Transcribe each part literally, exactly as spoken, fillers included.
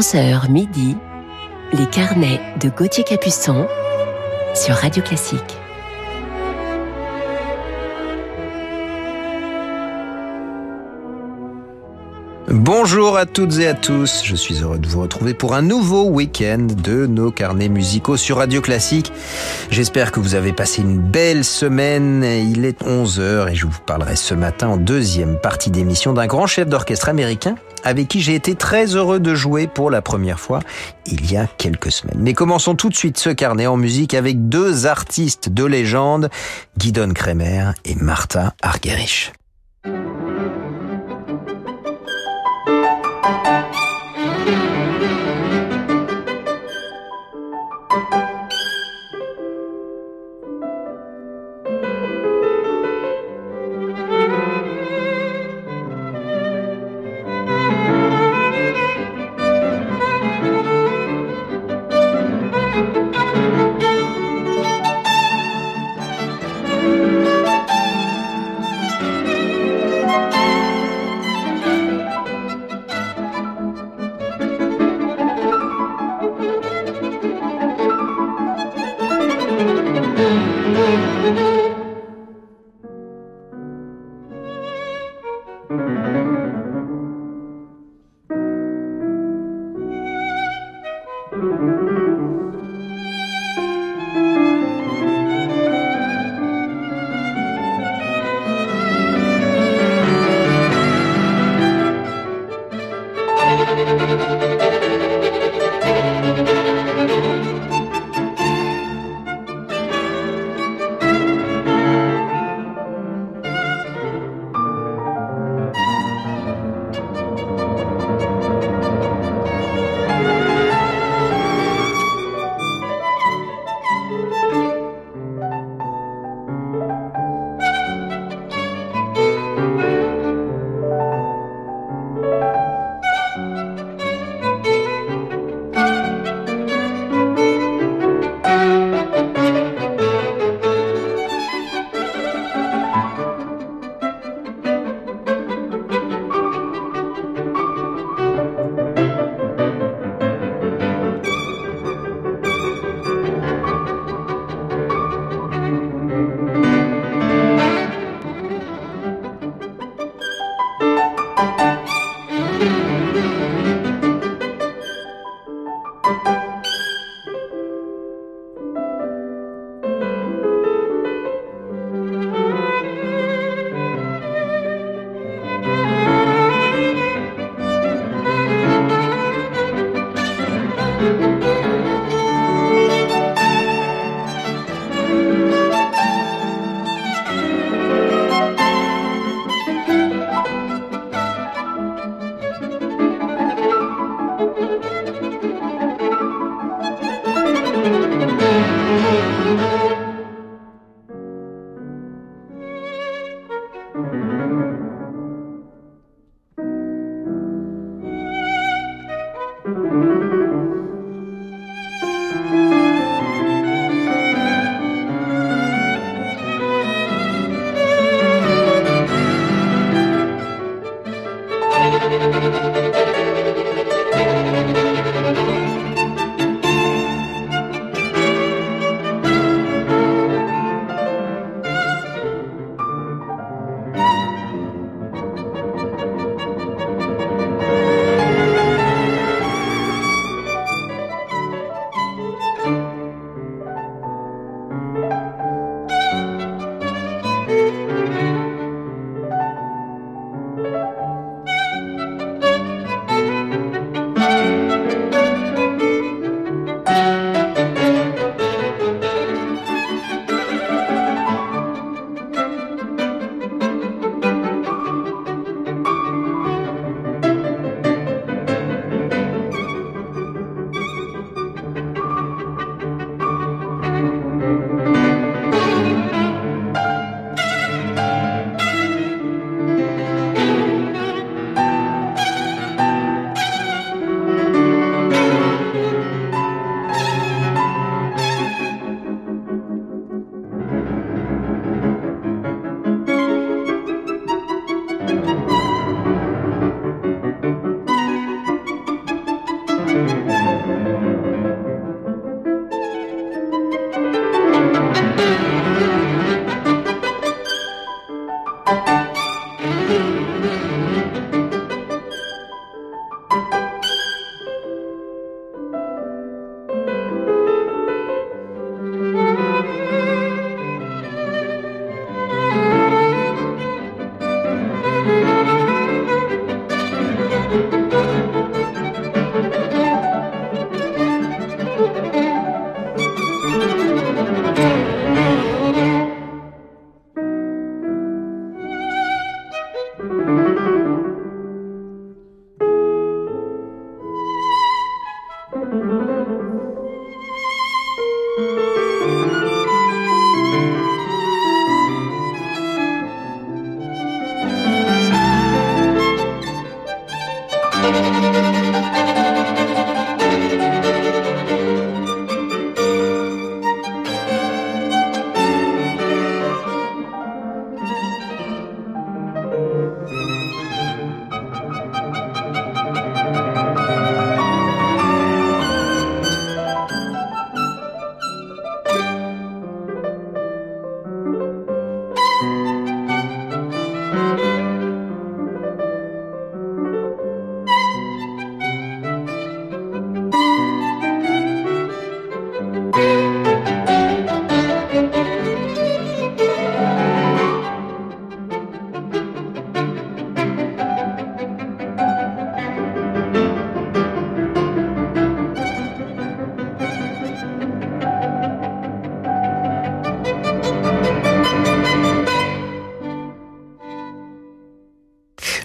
onze heures midi, les carnets de Gauthier Capuçon sur Radio Classique. Bonjour à toutes et à tous, je suis heureux de vous retrouver pour un nouveau week-end de nos carnets musicaux sur Radio Classique. J'espère que vous avez passé une belle semaine. Il est onze heures et je vous parlerai ce matin en deuxième partie d'émission d'un grand chef d'orchestre américain avec qui j'ai été très heureux de jouer pour la première fois il y a quelques semaines. Mais commençons tout de suite ce carnet en musique avec deux artistes de légende, Gidon Kremer et Martha Argerich.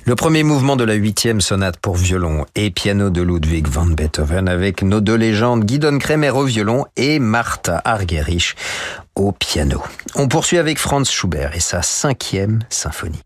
Le premier mouvement de la huitième sonate pour violon et piano de Ludwig van Beethoven avec nos deux légendes Gidon Kremer au violon et Martha Argerich au piano. On poursuit avec Franz Schubert et sa cinquième symphonie.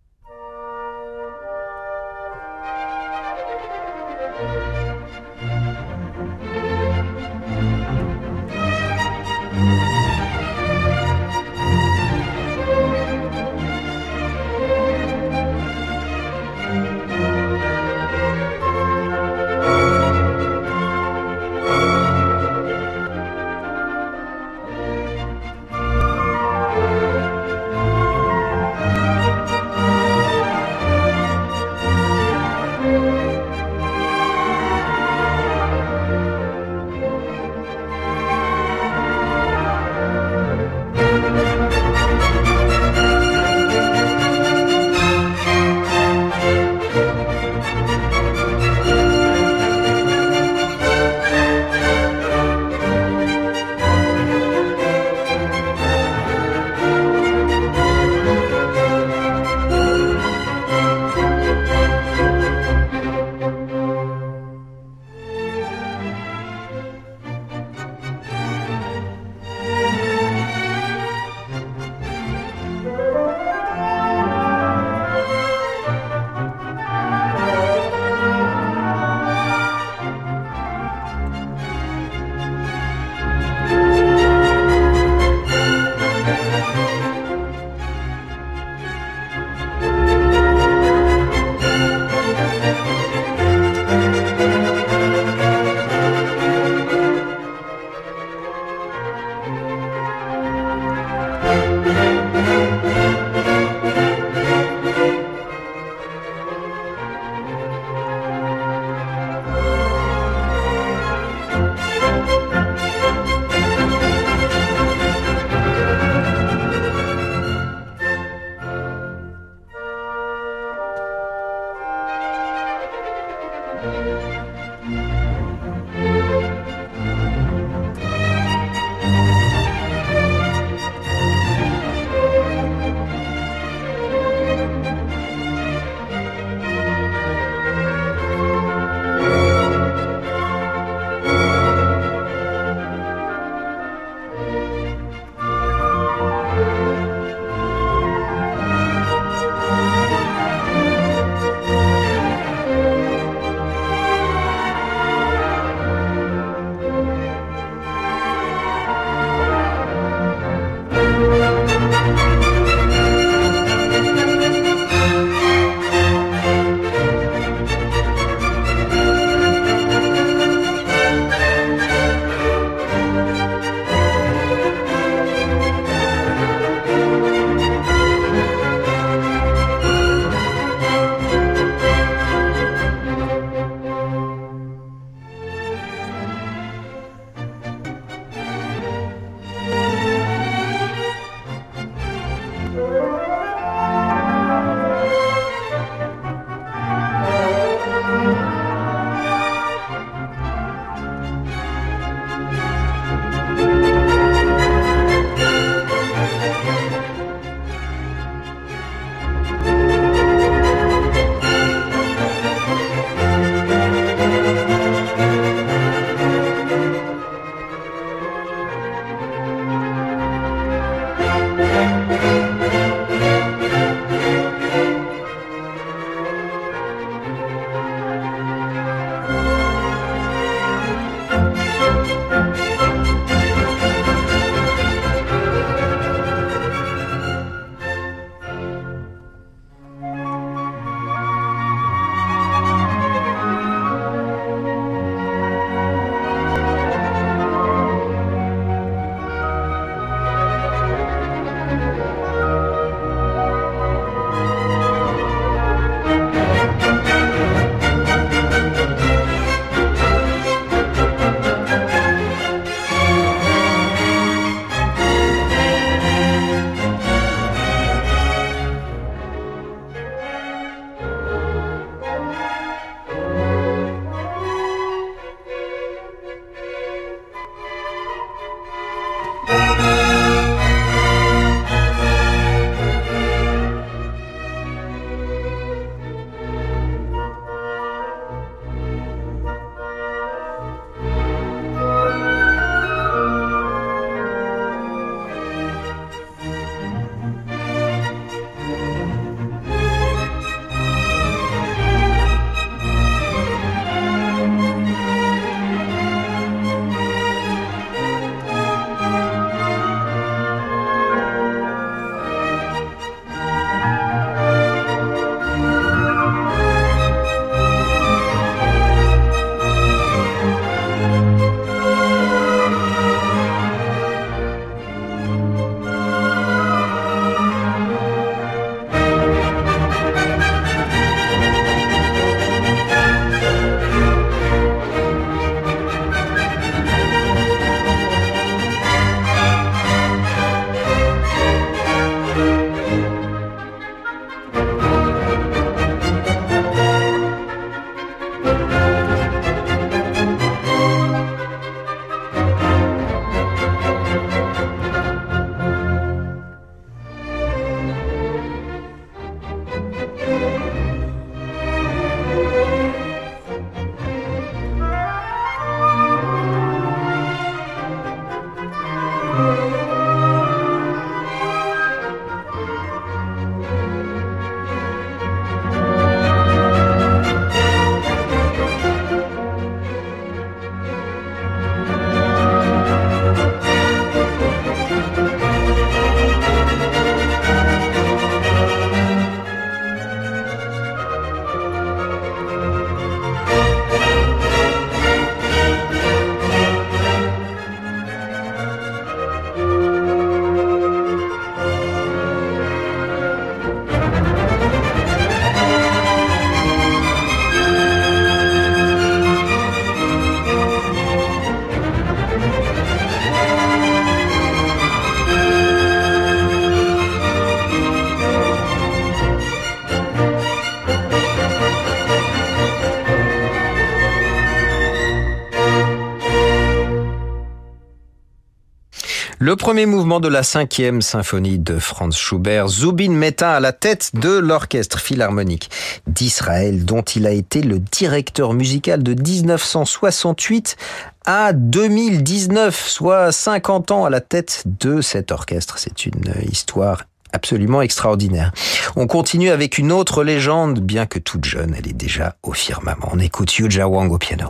Le premier mouvement de la cinquième symphonie de Franz Schubert, Zubin Mehta à la tête de l'orchestre philharmonique d'Israël, dont il a été le directeur musical de dix-neuf cent soixante-huit à deux mille dix-neuf, soit cinquante ans à la tête de cet orchestre. C'est une histoire absolument extraordinaire. On continue avec une autre légende, bien que toute jeune, elle est déjà au firmament. On écoute Yuja Wang au piano.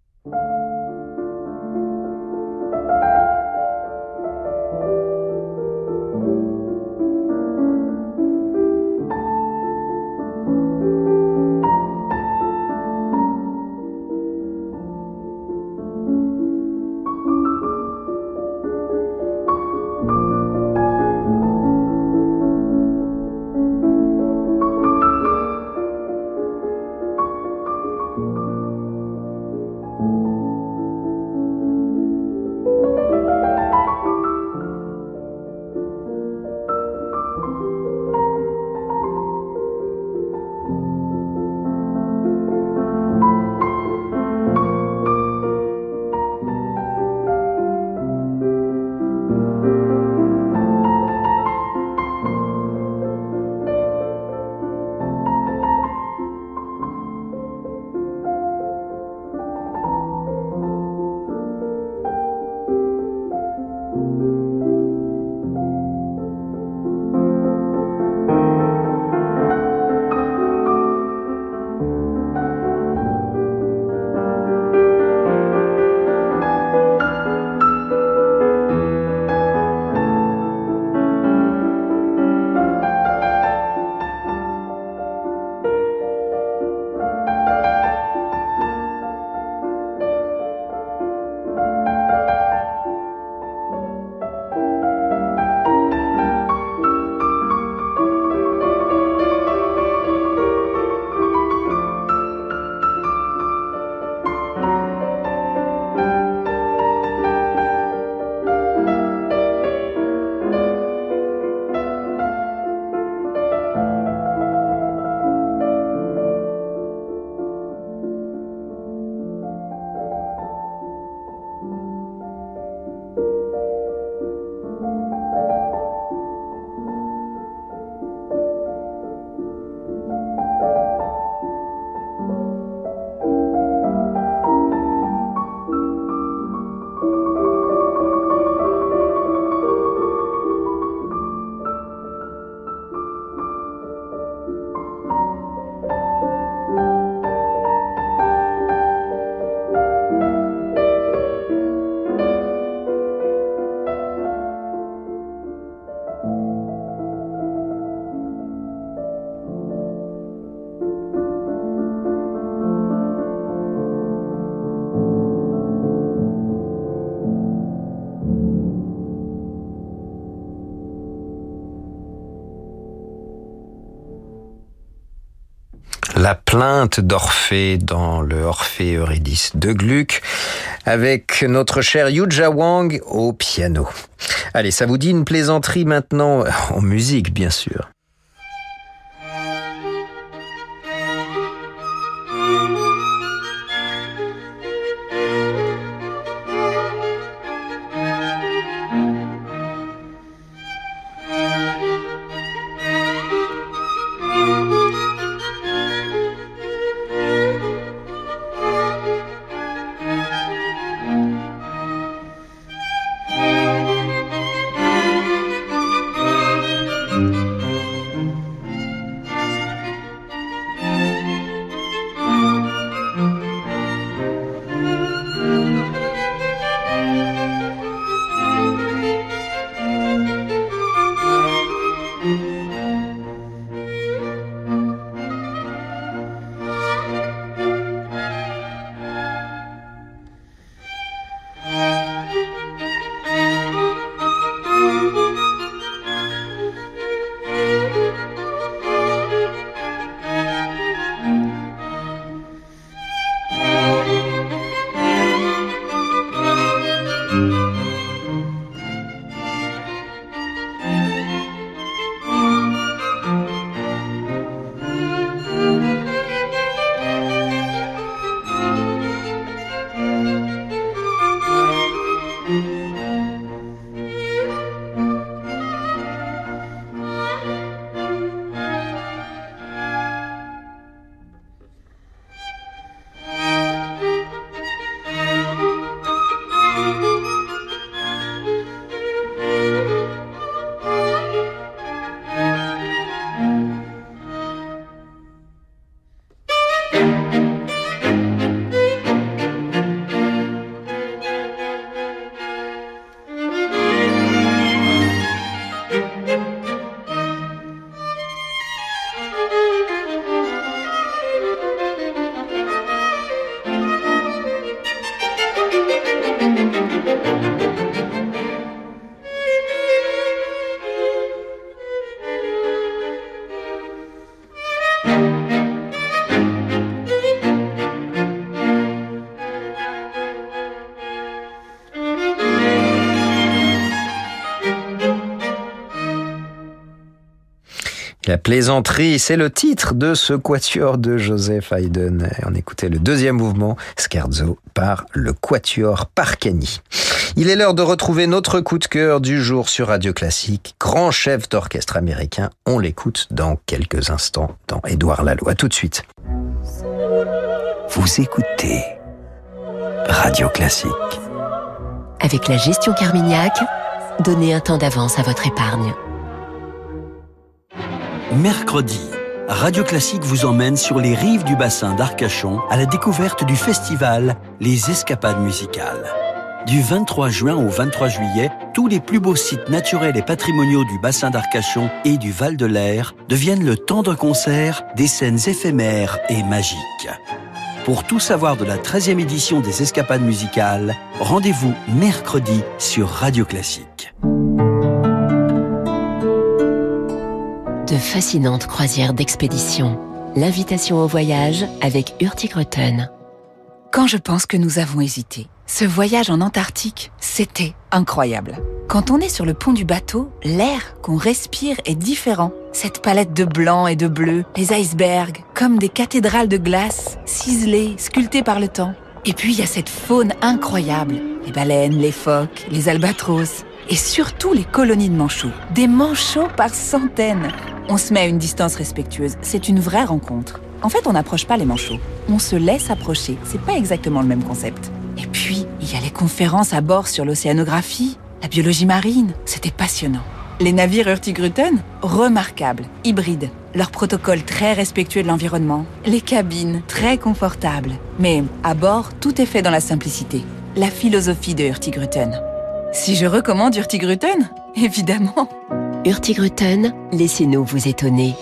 La plainte d'Orphée dans le Orphée Eurydice de Gluck avec notre cher Yuja Wang au piano. Allez, ça vous dit une plaisanterie maintenant en musique, bien sûr. La plaisanterie, c'est le titre de ce quatuor de Joseph Haydn. On écoutait le deuxième mouvement, Scherzo, par le quatuor Parcani. Il est l'heure de retrouver notre coup de cœur du jour sur Radio Classique. Grand chef d'orchestre américain, on l'écoute dans quelques instants dans Édouard Lalo. À tout de suite. Vous écoutez Radio Classique. Avec la gestion Carmignac, donnez un temps d'avance à votre épargne. Mercredi, Radio Classique vous emmène sur les rives du bassin d'Arcachon à la découverte du festival Les Escapades musicales. Du vingt-trois juin au vingt-trois juillet, tous les plus beaux sites naturels et patrimoniaux du bassin d'Arcachon et du Val de l'Air deviennent le tendre concert des scènes éphémères et magiques. Pour tout savoir de la treizième édition des Escapades musicales, rendez-vous mercredi sur Radio Classique. De fascinantes croisières d'expédition. L'invitation au voyage avec Hurtigruten. Quand je pense que nous avons hésité, ce voyage en Antarctique, c'était incroyable. Quand on est sur le pont du bateau, l'air qu'on respire est différent. Cette palette de blanc et de bleu, les icebergs, comme des cathédrales de glace, ciselées, sculptées par le temps. Et puis il y a cette faune incroyable, les baleines, les phoques, les albatros, et surtout les colonies de manchots. Des manchots par centaines. On se met à une distance respectueuse, c'est une vraie rencontre. En fait, on n'approche pas les manchots, on se laisse approcher, c'est pas exactement le même concept. Et puis, il y a les conférences à bord sur l'océanographie, la biologie marine, c'était passionnant. Les navires Hurtigruten, remarquables, hybrides. Leur protocole très respectueux de l'environnement. Les cabines, très confortables. Mais à bord, tout est fait dans la simplicité. La philosophie de Hurtigruten. Si je recommande Hurtigruten, évidemment. Hurtigruten, laissez-nous vous étonner.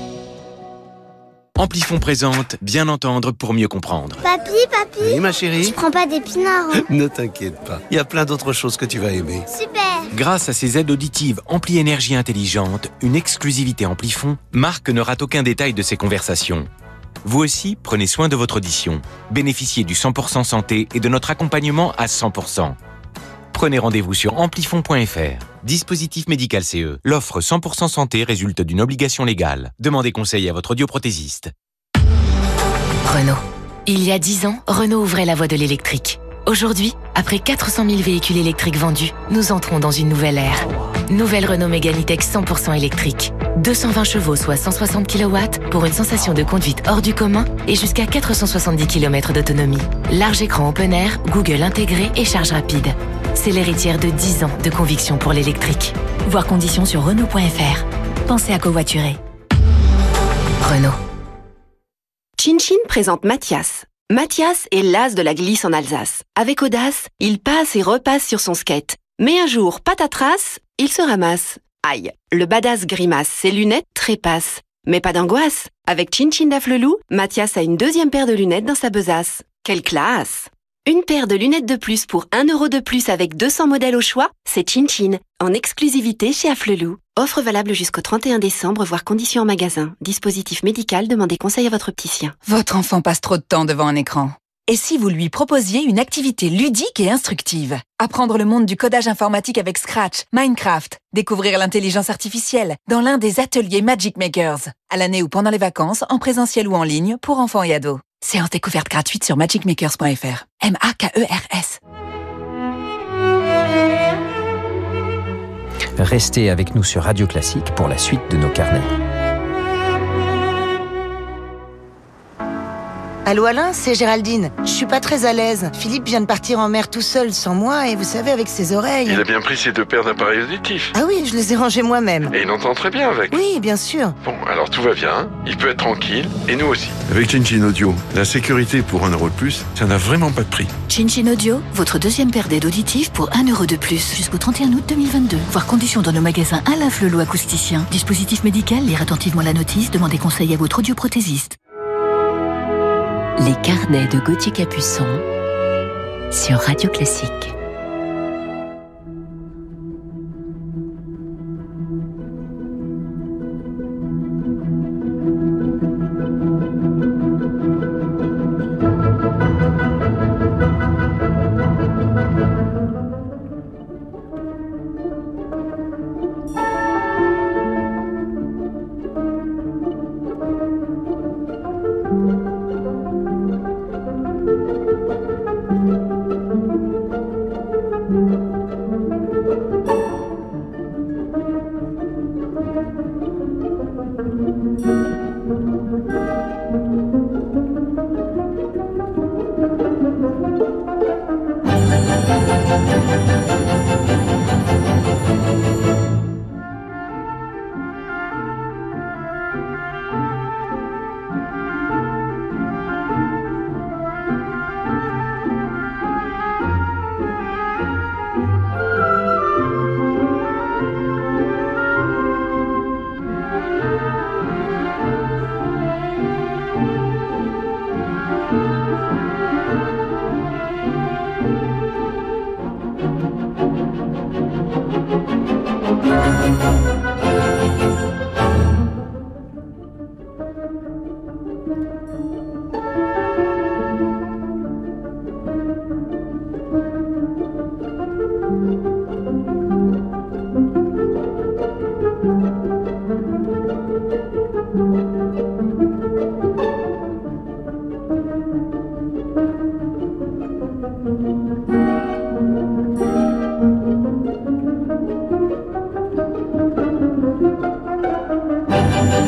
Amplifon présente Bien entendre pour mieux comprendre. Papi, papi. Oui, ma chérie. Tu prends pas d'épinards, hein? Ne t'inquiète pas. Il y a plein d'autres choses que tu vas aimer. Super. Grâce à ses aides auditives Ampli Énergie Intelligente, une exclusivité Amplifon, Marc ne rate aucun détail de ses conversations. Vous aussi, prenez soin de votre audition. Bénéficiez du cent pour cent santé et de notre accompagnement à cent pour cent. Prenez rendez-vous sur amplifon point f r. Dispositif médical C E. L'offre cent pour cent santé résulte d'une obligation légale. Demandez conseil à votre audioprothésiste. Renault. Il y a dix ans, Renault ouvrait la voie de l'électrique. Aujourd'hui, après quatre cent mille véhicules électriques vendus, nous entrons dans une nouvelle ère. Nouvelle Renault Mégane E-Tech cent pour cent électrique. deux cent vingt chevaux, soit cent soixante kilowatts, pour une sensation de conduite hors du commun et jusqu'à quatre cent soixante-dix kilomètres d'autonomie. Large écran open air, Google intégré et charge rapide. C'est l'héritière de dix ans de conviction pour l'électrique. Voir conditions sur Renault point f r. Pensez à covoiturer. Renault. Chin-Chin présente Mathias. Mathias est l'as de la glisse en Alsace. Avec audace, il passe et repasse sur son skate. Mais un jour, patatras, il se ramasse. Aïe, le badass grimace, ses lunettes trépassent. Mais pas d'angoisse. Avec Chin-Chin d'Afflelou, Mathias a une deuxième paire de lunettes dans sa besace. Quelle classe! Une paire de lunettes de plus pour un euro de plus avec deux cents modèles au choix, c'est Chin-Chin, en exclusivité chez Afflelou. Offre valable jusqu'au trente et un décembre, voire conditions en magasin. Dispositif médical, demandez conseil à votre opticien. Votre enfant passe trop de temps devant un écran. Et si vous lui proposiez une activité ludique et instructive? Apprendre le monde du codage informatique avec Scratch, Minecraft, découvrir l'intelligence artificielle dans l'un des ateliers Magic Makers, à l'année ou pendant les vacances, en présentiel ou en ligne, pour enfants et ados. Séance découverte gratuite sur magic makers point f r. M A K E R S. Restez avec nous sur Radio Classique pour la suite de nos carnets. Allô Alain, c'est Géraldine. Je suis pas très à l'aise. Philippe vient de partir en mer tout seul sans moi et vous savez avec ses oreilles... Il a bien pris ses deux paires d'appareils auditifs. Ah oui, je les ai rangés moi-même. Et il entend très bien avec. Oui, bien sûr. Bon, alors tout va bien, il peut être tranquille, et nous aussi. Avec Chin-Chin Audio, la sécurité pour un euro de plus, ça n'a vraiment pas de prix. Chin-Chin Audio, votre deuxième paire d'aides auditives pour un euro de plus jusqu'au trente et un août deux mille vingt-deux. Voir conditions dans nos magasins à Afflelou acousticien. Dispositif médical, lire attentivement la notice, demandez conseil à votre audioprothésiste. Les carnets de Gauthier Capuçon sur Radio Classique.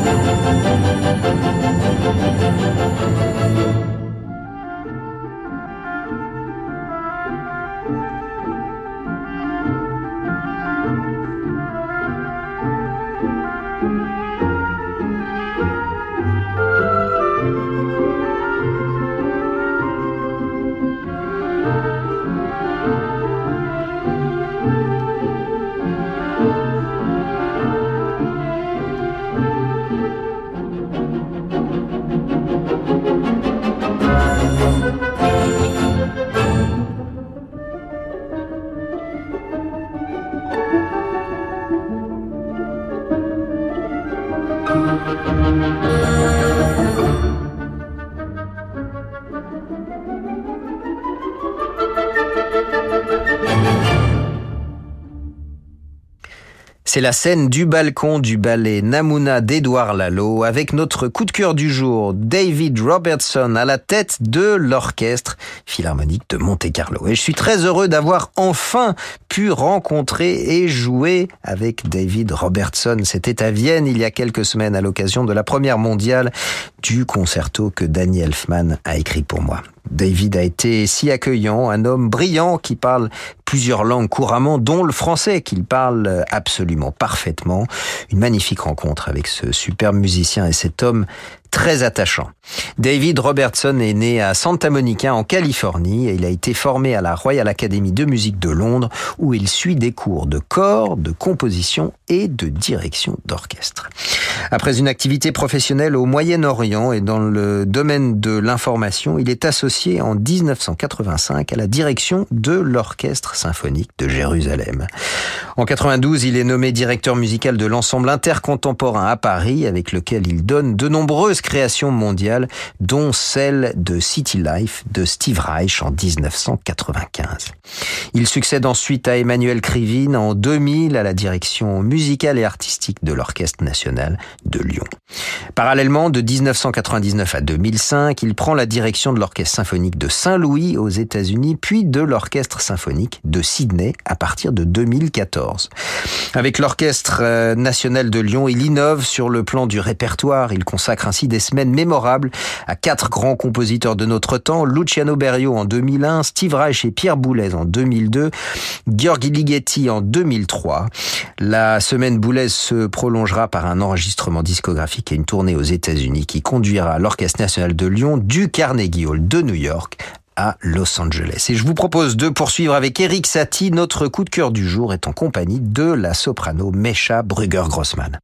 C'est la scène du balcon du ballet Namouna d'Édouard Lalo avec notre coup de cœur du jour, David Robertson à la tête de l'orchestre philharmonique de Monte-Carlo. Et je suis très heureux d'avoir enfin pu rencontrer et jouer avec David Robertson. C'était à Vienne il y a quelques semaines à l'occasion de la première mondiale du concerto que Danny Elfman a écrit pour moi. David a été si accueillant, un homme brillant qui parle plusieurs langues couramment, dont le français qu'il parle absolument parfaitement. Une magnifique rencontre avec ce superbe musicien et cet homme très attachant. David Robertson est né à Santa Monica en Californie et il a été formé à la Royal Academy de musique de Londres où il suit des cours de chor, de composition et de direction d'orchestre. Après une activité professionnelle au Moyen-Orient et dans le domaine de l'information, il est associé en dix-neuf cent quatre-vingt-cinq à la direction de l'Orchestre symphonique de Jérusalem. En quatre-vingt-douze, il est nommé directeur musical de l'ensemble intercontemporain à Paris avec lequel il donne de nombreuses créations mondiales, dont celle de City Life de Steve Reich en dix-neuf cent quatre-vingt-quinze. Il succède ensuite à Emmanuel Krivine en deux mille à la direction musicale et artistique de l'Orchestre national de Lyon. Parallèlement, de dix-neuf cent quatre-vingt-dix-neuf à deux mille cinq, il prend la direction de l'Orchestre symphonique de Saint-Louis aux États-Unis, puis de l'Orchestre symphonique de Sydney à partir de deux mille quatorze. Avec l'Orchestre national de Lyon, il innove sur le plan du répertoire. Il consacre ainsi des semaines mémorables à quatre grands compositeurs de notre temps, Luciano Berio en deux mille un, Steve Reich et Pierre Boulez en deux mille deux, Gheorghi Ligeti en deux mille trois. La semaine Boulez se prolongera par un enregistrement discographique et une tournée aux États-Unis qui conduira l'Orchestre national de Lyon du Carnegie Hall de New York à Los Angeles. Et je vous propose de poursuivre avec Erik Satie. Notre coup de cœur du jour est en compagnie de la soprano Mesha Brugger-Grossman.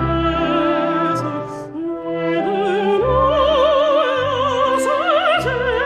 Oh,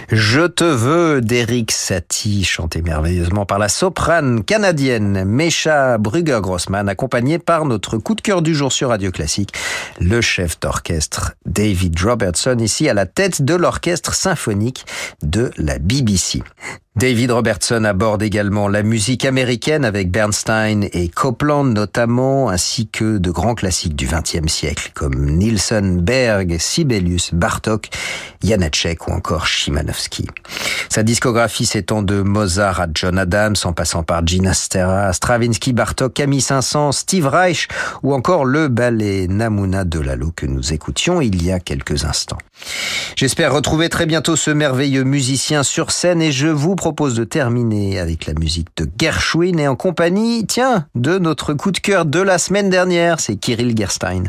Je te veux d'Eric Satie, chanté merveilleusement par la soprane canadienne Mesha Brugger-Grossman, accompagnée par notre coup de cœur du jour sur Radio Classique, le chef d'orchestre David Robertson, ici à la tête de l'orchestre symphonique de la B B C. David Robertson aborde également la musique américaine avec Bernstein et Copland notamment, ainsi que de grands classiques du vingtième siècle comme Nielsen, Berg, Sibelius, Bartók, Janáček ou encore Szymanowski. Sa discographie s'étend de Mozart à John Adams, en passant par Ginastera, Stravinsky, Bartók, Camille Saint-Saëns, Steve Reich ou encore le ballet Namuna de Lalo que nous écoutions il y a quelques instants. J'espère retrouver très bientôt ce merveilleux musicien sur scène et je vous propose de terminer avec la musique de Gershwin et en compagnie, tiens, de notre coup de cœur de la semaine dernière, c'est Kirill Gerstein.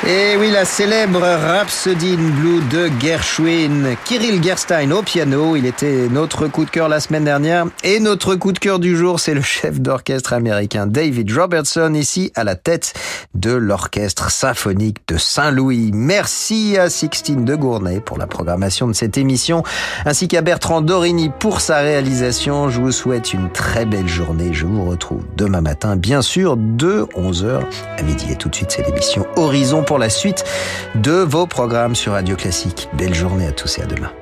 Et oui, la célèbre Rhapsody in Blue de Gershwin. Kirill Gerstein au piano, il était notre coup de cœur la semaine dernière. Et notre coup de cœur du jour, c'est le chef d'orchestre américain David Robertson, ici à la tête de l'Orchestre Symphonique de Saint-Louis. Merci à Sixtine de Gournay pour la programmation de cette émission, ainsi qu'à Bertrand Dorini pour sa réalisation. Je vous souhaite une très belle journée. Je vous retrouve demain matin, bien sûr, de onze heures à midi. Et tout de suite, c'est l'émission Horizon pour la suite de vos programmes sur Radio Classique. Belle journée à tous et à demain.